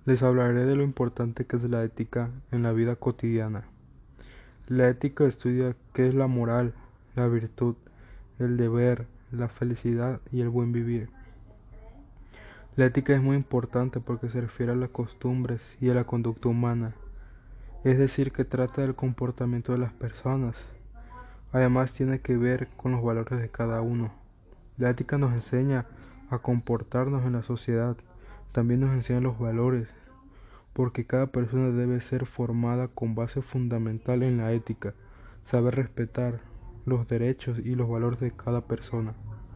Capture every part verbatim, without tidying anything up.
Les hablaré de lo importante que es la ética en la vida cotidiana. La ética estudia qué es la moral, la virtud, el deber, la felicidad y el buen vivir. La ética es muy importante porque se refiere a las costumbres y a la conducta humana, es decir, que trata del comportamiento de las personas. Además tiene que ver con los valores de cada uno. La ética nos enseña a comportarnos en la sociedad, también nos enseña los valores, porque cada persona debe ser formada con base fundamental en la ética, saber respetar los derechos y los valores de cada persona.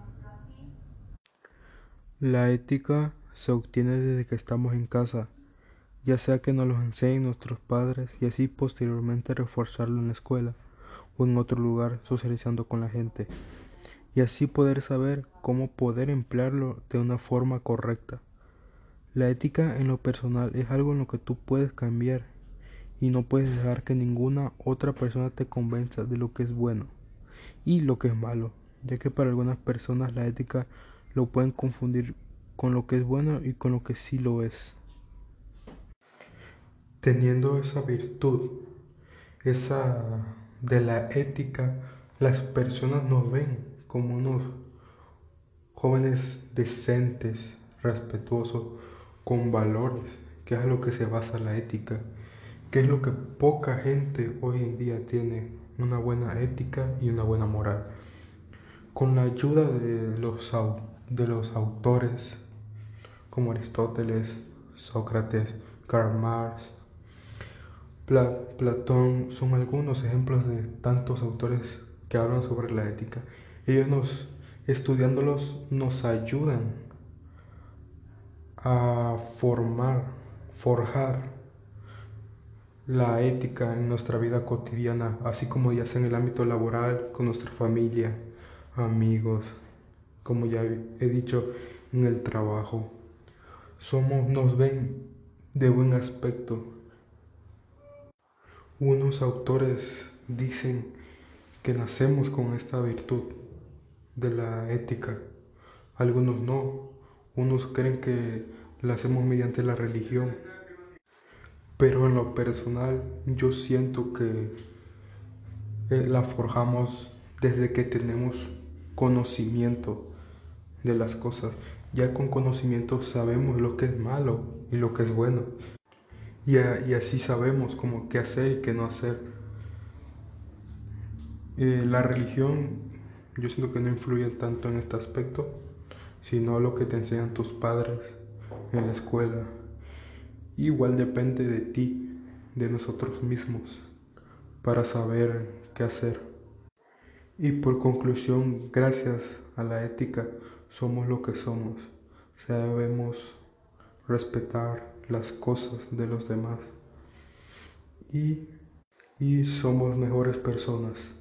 La ética se obtiene desde que estamos en casa, ya sea que nos lo enseñen nuestros padres y así posteriormente reforzarlo en la escuela o en otro lugar socializando con la gente, y así poder saber cómo poder emplearlo de una forma correcta. La ética en lo personal es algo en lo que tú puedes cambiar y no puedes dejar que ninguna otra persona te convenza de lo que es bueno y lo que es malo, ya que para algunas personas la ética lo pueden confundir con lo que es bueno y con lo que sí lo es. Teniendo esa virtud, esa de la ética, las personas nos ven como unos jóvenes decentes, respetuosos, con valores, que es a lo que se basa la ética, que es lo que poca gente hoy en día tiene, una buena ética y una buena moral. Con la ayuda de los, de los autores como Aristóteles, Sócrates, Karl Marx, Pla Platón, son algunos ejemplos de tantos autores que hablan sobre la ética. Ellos nos, estudiándolos, nos ayudan a formar, forjar la ética en nuestra vida cotidiana, así como ya sea en el ámbito laboral, con nuestra familia, amigos, como ya he dicho, en el trabajo. Somos, nos ven de buen aspecto. Unos autores dicen que nacemos con esta virtud de la ética, algunos no, unos creen que la hacemos mediante la religión, pero en lo personal yo siento que eh, la forjamos desde que tenemos conocimiento de las cosas. Ya con conocimiento sabemos lo que es malo y lo que es bueno. Y, a, y así sabemos como qué hacer y qué no hacer. Eh, la religión yo siento que no influye tanto en este aspecto, sino lo que te enseñan tus padres en la escuela. Igual depende de ti, de nosotros mismos, para saber qué hacer. Y por conclusión, gracias a la ética, somos lo que somos. Sabemos respetar las cosas de los demás y, y somos mejores personas.